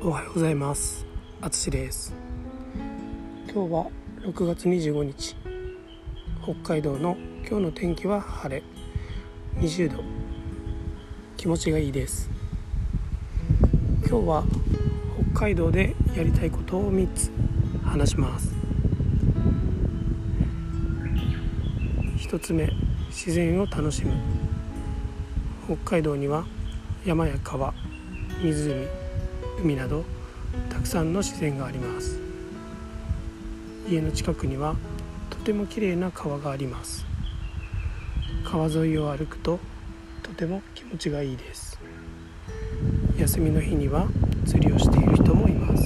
おはようございます。あつしです。今日は6月25日、北海道の今日の天気は晴れ、20度、気持ちがいいです。今日は北海道でやりたいことを3つ話します。1つ目、自然を楽しむ。北海道には山や川、湖、海などたくさんの自然があります。家の近くにはとてもきれいな川があります。川沿いを歩くととても気持ちがいいです。休みの日には釣りをしている人もいます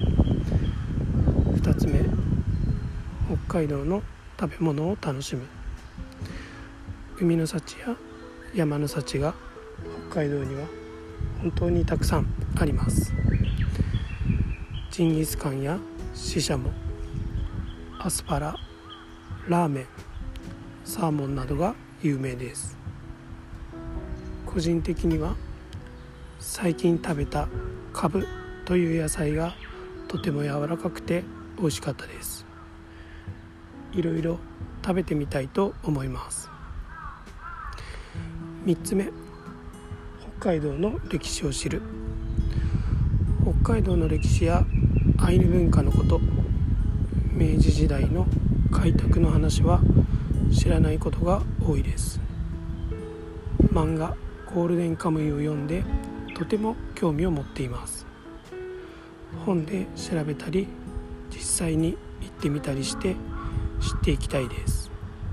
。2つ目、北海道の食べ物を楽しむ。海の幸や山の幸が北海道には本当にたくさんあります。ジンギスカンやシシャモ、アスパラ、ラーメン、サーモンなどが有名です。個人的には最近食べたカブという野菜がとても柔らかくて美味しかったです。いろいろ食べてみたいと思います。3つ目、北海道の歴史を知る。北海道の歴史やアイヌ文化のこと、明治時代の開拓の話は知らないことが多いです。漫画ゴールデンカムイを読んでとても興味を持っています。本で調べたり実際に行ってみたりして知っていきたいです。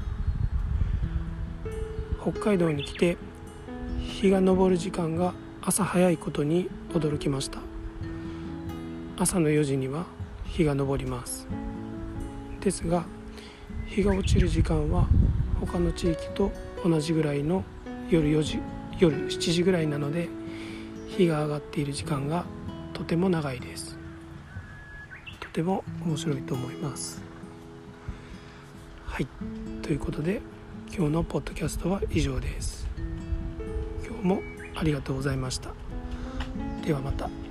北海道に来て日が昇る時間が朝早いことに驚きました。朝の4時には日が昇ります。ですが日が落ちる時間は他の地域と同じぐらいの夜7時ぐらいなので、日が上がっている時間がとても長いです。とても面白いと思います。はい、ということで今日のポッドキャストは以上です。今日もありがとうございました。ではまた。